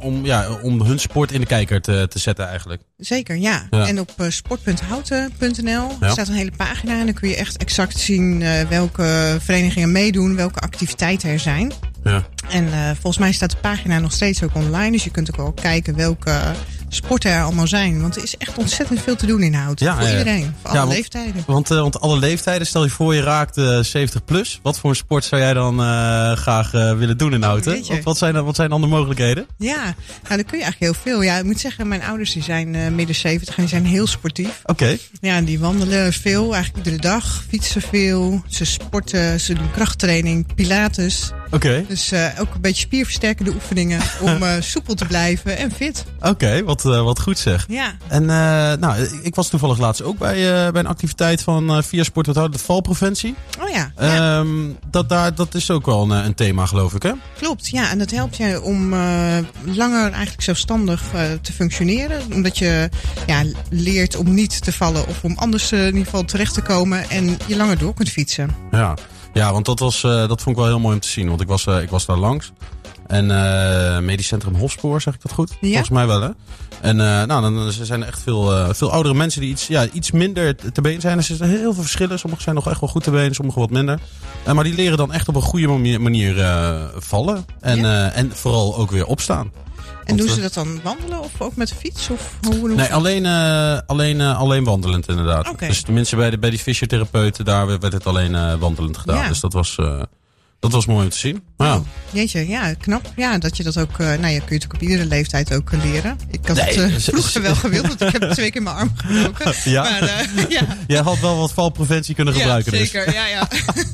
om hun sport in de kijker te zetten eigenlijk. Zeker, ja. En op sport.houten.nl staat een hele pagina en dan kun je echt exact zien welke verenigingen meedoen, welke activiteiten er zijn. Ja. En volgens mij staat de pagina nog steeds ook online, dus je kunt ook wel kijken welke sporten er allemaal zijn. Want er is echt ontzettend veel te doen in Houten. Voor iedereen, voor alle leeftijden. Want alle leeftijden, stel je voor je raakt 70 plus. Wat voor een sport zou jij dan graag willen doen in Houten? Wat zijn dan de mogelijkheden? Ja, nou, dan kun je eigenlijk heel veel. Ja, ik moet zeggen, mijn ouders die zijn midden 70 en die zijn heel sportief. Oké. Ja, die wandelen veel, eigenlijk iedere dag. Fietsen veel, ze sporten, ze doen krachttraining, pilates. Oké. Dus ook een beetje spierversterkende oefeningen om soepel te blijven en fit. Oké, wat goed zeg. Ja. En ik was toevallig laatst ook bij een activiteit van Via Sport wat houden, de valpreventie. Oh ja. Dat is ook wel een thema, geloof ik, hè? Klopt, ja. En dat helpt je om langer eigenlijk zelfstandig te functioneren. Omdat je leert om niet te vallen of om anders in ieder geval terecht te komen en je langer door kunt fietsen. Ja, want dat vond ik wel heel mooi om te zien. Want ik was daar langs. En Medisch Centrum Hofspoor, zeg ik dat goed? Ja. Volgens mij wel, hè? En dan zijn er echt veel oudere mensen die iets minder te been zijn. Er zitten heel veel verschillen. Sommigen zijn nog echt wel goed te been, sommigen wat minder. Maar die leren dan echt op een goede manier vallen. En vooral ook weer opstaan. En doen ze dat dan wandelen of ook met de fiets? Of Nee, alleen wandelend inderdaad. Okay. Dus tenminste bij die fysiotherapeuten, daar werd het alleen wandelend gedaan. Ja. Dus dat was mooi om te zien. Ja. Jeetje, ja, knap. Ja, dat je dat ook... je kun je het ook op iedere leeftijd ook leren. Ik had het vroeger wel gewild, want ik heb 2 keer mijn arm gebroken. Ja? Maar, Jij had wel wat valpreventie kunnen gebruiken. Ja, zeker. Dus. Ja.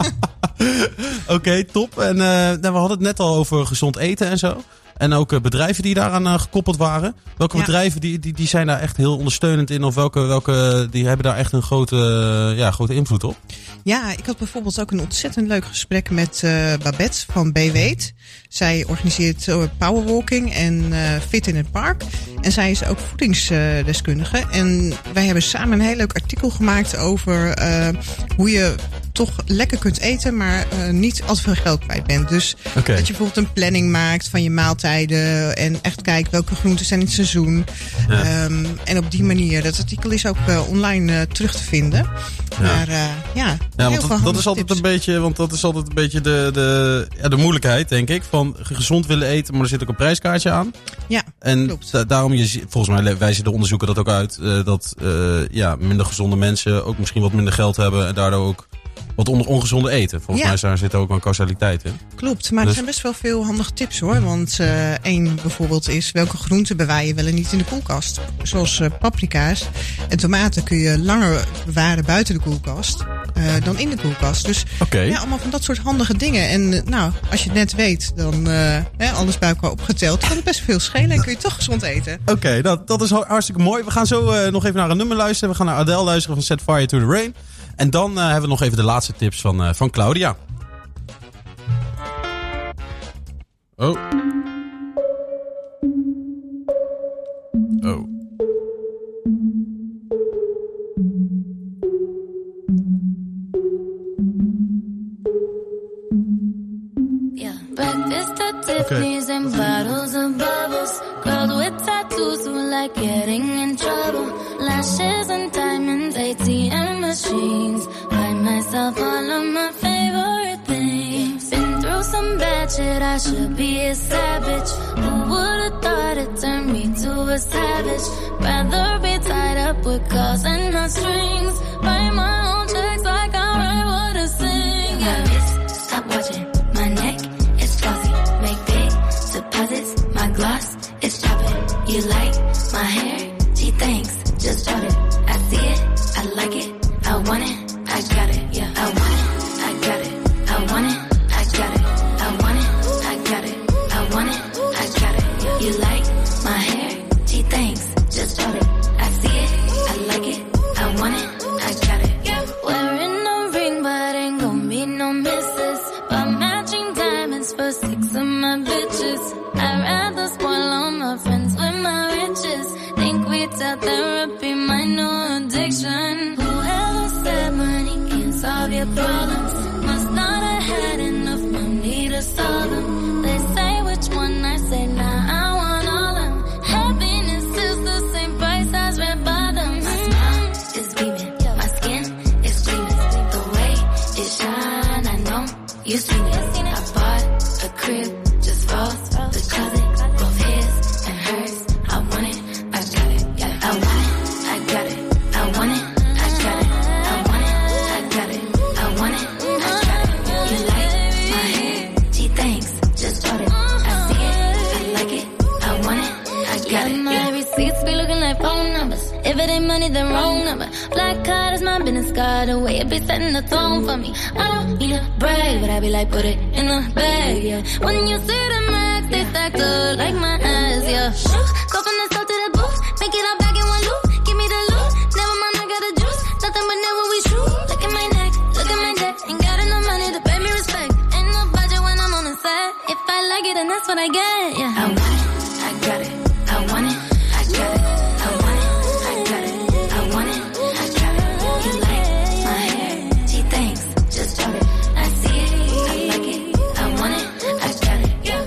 Oké, top. En we hadden het net al over gezond eten en zo. En ook bedrijven die daaraan gekoppeld waren. Welke bedrijven die zijn daar echt heel ondersteunend in? Of welke die hebben daar echt een grote invloed op? Ja, ik had bijvoorbeeld ook een ontzettend leuk gesprek met Babette van BWeet. Zij organiseert powerwalking en fit in het park. En zij is ook voedingsdeskundige. En wij hebben samen een heel leuk artikel gemaakt over hoe je toch lekker kunt eten, maar niet al te veel geld kwijt bent. Dus dat je bijvoorbeeld een planning maakt van je maaltijden en echt kijkt welke groenten zijn in het seizoen. Ja. En op die manier. Dat artikel is ook online terug te vinden. Ja. Maar want dat is altijd een beetje, de moeilijkheid, denk ik, van gezond willen eten, maar er zit ook een prijskaartje aan. Ja, en klopt. Daarom, volgens mij wijzen de onderzoeken dat ook uit, dat minder gezonde mensen ook misschien wat minder geld hebben en daardoor ook wat ongezonde eten. Volgens mij zit er ook een causaliteit in. Klopt, maar er zijn best wel veel handige tips hoor. Want één bijvoorbeeld is welke groenten bewaar je wel en niet in de koelkast. Zoals paprika's en tomaten kun je langer bewaren buiten de koelkast dan in de koelkast. Dus allemaal van dat soort handige dingen. En als je het net weet, dan alles bij elkaar opgeteld, kan het best veel schelen en kun je toch gezond eten. Oké, dat is hartstikke mooi. We gaan zo nog even naar een nummer luisteren. We gaan naar Adele luisteren van Set Fire to the Rain. En dan hebben we nog even de laatste tips van Claudia. Oh. Tiffany's and bottles of bubbles. Girls with tattoos who like getting in trouble. Lashes and diamonds, ATM machines. Buy myself all of my favorite things. Been through some bad shit, I should be a savage. Who would've thought it turned me to a savage? Rather be tied up with calls and not strings. Write my own checks like I write what I sing. Yeah, stop watching my neck. Make big deposits, my gloss is dropping. You like my hair? Gee, thanks, just bought it. I see it, I like it, I want it, I got it. Yeah, I want it, I got it, I want it, I got it. I want it, I got it, I want it, I got it. You like my hair? Gee, thanks, just bought it. I see it, I like it, I want it, I got it. Yeah, wearing a ring, but ain't gon' be no misses. But matching diamonds for 6 of my bitches. I'd rather spoil all my friends with my riches. Think we tell therapy my new addiction. Whoever said money can't solve your problems must not have had enough money to solve them. They say which one, I say nah, I want all them. Happiness is the same price as red bottoms. My smile is beaming, my skin is gleaming. The way it shine, I know you seen it. I bought a crib just for the closet, both his and hers. I want it, I got it. Yeah, I want it, I got it. I want it, I got it. I want it, I got it. I want it, I got it. You like my hair? Gee, thanks, just bought it. I see it, I like it. I want it, I got it. My receipts be looking like phone numbers. If it ain't money, then wrong number. Black card is my business card. The way it be setting the tone for me. I don't need to brag, but I be like, put it in the bag, yeah. When you see the max, they stacked up like my ass, yeah. Go from the south to the booth, make it all back in one loop. Give me the loot, never mind, I got a juice. Nothing but never we shoot. Look at my neck, look at my deck. Ain't got enough money to pay me respect. Ain't no budget when I'm on the set. If I like it, then that's what I get, yeah. I want it, I got it. I want it, I got it. I want it, I got it. I want it, I got it. You like my hair? Gee, thanks, just bought it. I see it, I like it. I want it, I got it. Yeah.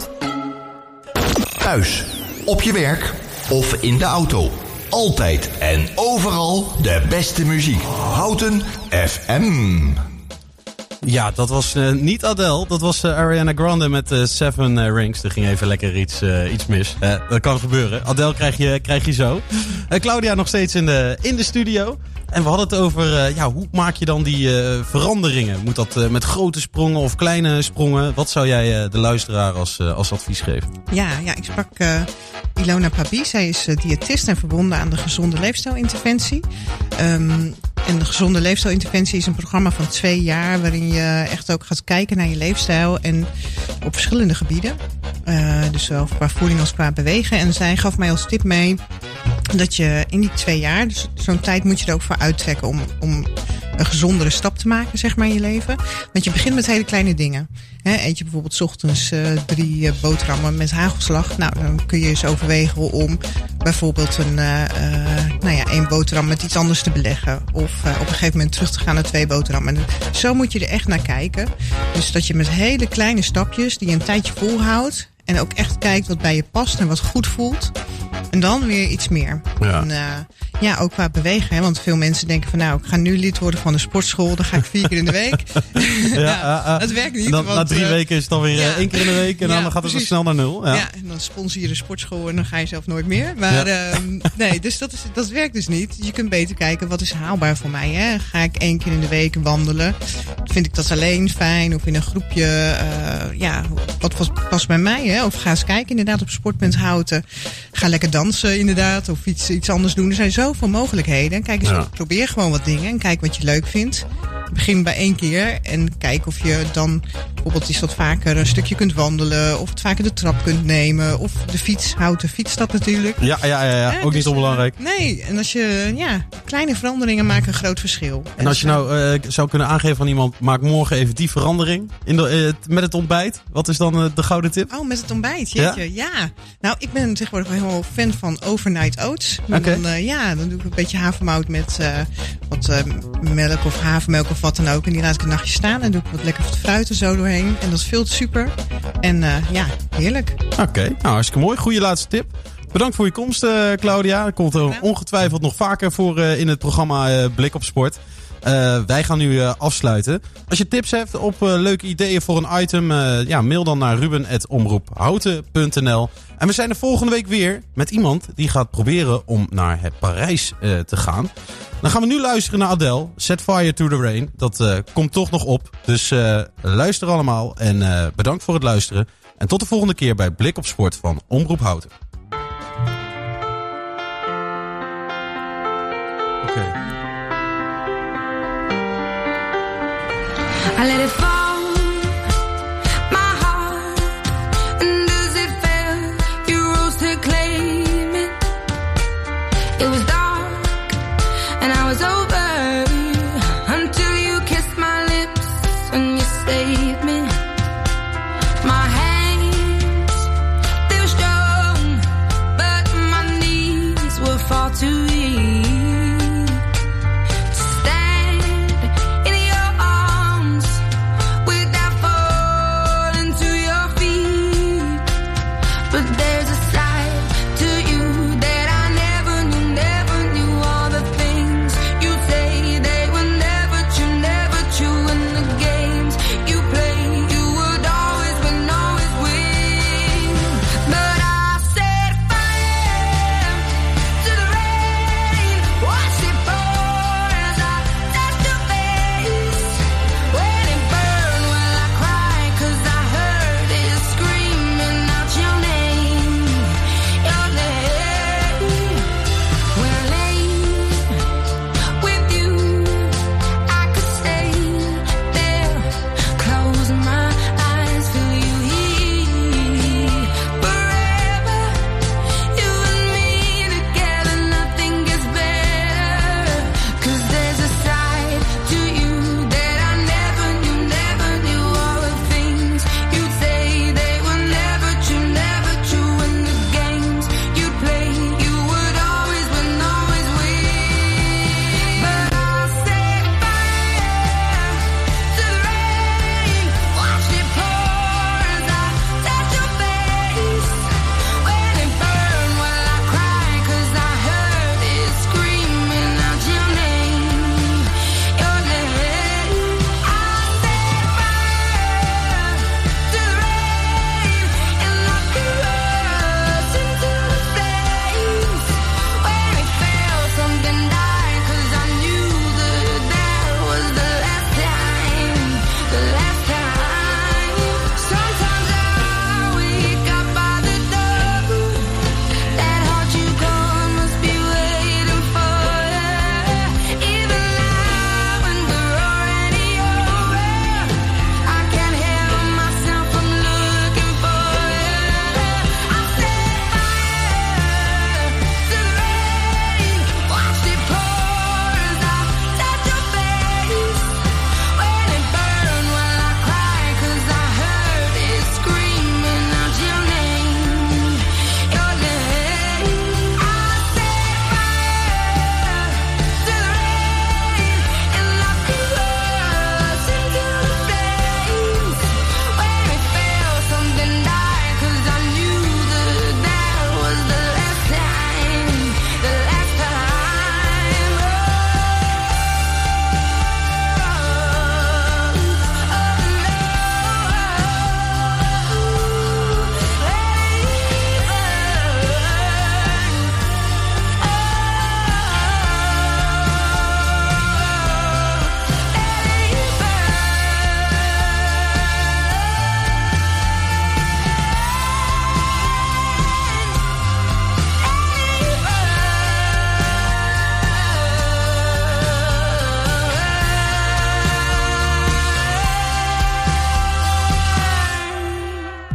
Thuis, op je werk of in de auto. Altijd en overal de beste muziek. Houten FM. Ja, dat was niet Adele. Dat was Ariana Grande met 7 Rings. Er ging even lekker iets mis. Dat kan gebeuren. Adele krijg je zo. Claudia nog steeds in de studio. En we hadden het over hoe maak je dan die veranderingen? Moet dat met grote sprongen of kleine sprongen? Wat zou jij de luisteraar als advies geven? Ja, ik sprak Ilona Pabi. Zij is diëtist en verbonden aan de Gezonde Leefstijlinterventie. En de Gezonde Leefstijlinterventie is een programma van 2 jaar... waarin je echt ook gaat kijken naar je leefstijl en op verschillende gebieden. Dus zowel qua voeding als qua bewegen. En zij gaf mij als tip mee dat je in die 2 jaar... dus zo'n tijd moet je er ook voor uittrekken om een gezondere stap te maken, zeg maar, in je leven. Want je begint met hele kleine dingen. Eet je bijvoorbeeld 's ochtends 3 boterhammen met hagelslag. Nou, dan kun je eens overwegen om bijvoorbeeld 1 boterham met iets anders te beleggen. Of op een gegeven moment terug te gaan naar 2 boterhammen. En zo moet je er echt naar kijken. Dus dat je met hele kleine stapjes die je een tijdje volhoudt. En ook echt kijkt wat bij je past en wat goed voelt. En dan weer iets meer. Ja. En ook qua bewegen. Hè? Want veel mensen denken van ik ga nu lid worden van de sportschool. Dan ga ik 4 keer in de week. Dat werkt niet. Na 3 weken is het dan weer 1 keer in de week. En dan gaat het snel naar 0. Ja, en dan sponsor je de sportschool en dan ga je zelf nooit meer. Maar nee, dus dat werkt dus niet. Je kunt beter kijken wat is haalbaar voor mij. Hè? Ga ik 1 keer in de week wandelen? Vind ik dat alleen fijn? Of in een groepje? Wat past bij mij? Hè? Of ga eens kijken inderdaad op Sportpunt Houten. Ga lekker dansen inderdaad. Of iets anders doen. Er zijn zoveel mogelijkheden. Kijk eens, probeer gewoon wat dingen. En kijk wat je leuk vindt. Begin bij 1 keer. En kijk of je dan bijvoorbeeld eens wat vaker een stukje kunt wandelen. Of het vaker de trap kunt nemen. Of de fiets. Houd de fietsstap natuurlijk. Ja. Ook niet onbelangrijk. Nee. En als je, kleine veranderingen maken een groot verschil. En als je nou zou kunnen aangeven aan iemand, maak morgen even die verandering met het ontbijt. Wat is dan de gouden tip? Oh, met het ontbijt, jeetje. Ja. Nou, ik ben tegenwoordig wel helemaal fan van overnight oats. Okay. Dan doe ik een beetje havermout met wat melk of havermelk of wat dan ook. En die laat ik een nachtje staan. En doe ik wat lekker fruit er zo doorheen. doorheen. En dat speelt super. En ja, heerlijk. Oké, nou hartstikke mooi. Goeie laatste tip. Bedankt voor je komst, Claudia. Dat komt er ongetwijfeld nog vaker voor in het programma Blik op Sport. Wij gaan nu afsluiten. Als je tips hebt op leuke ideeën voor een item, mail dan naar ruben@omroephouten.nl. En we zijn er volgende week weer met iemand die gaat proberen om naar het Parijs te gaan. Dan gaan we nu luisteren naar Adele, Set Fire to the Rain. Dat komt toch nog op. Dus luister allemaal en bedankt voor het luisteren. En tot de volgende keer bij Blik op Sport van Omroep Houten. Oké. I let it fall.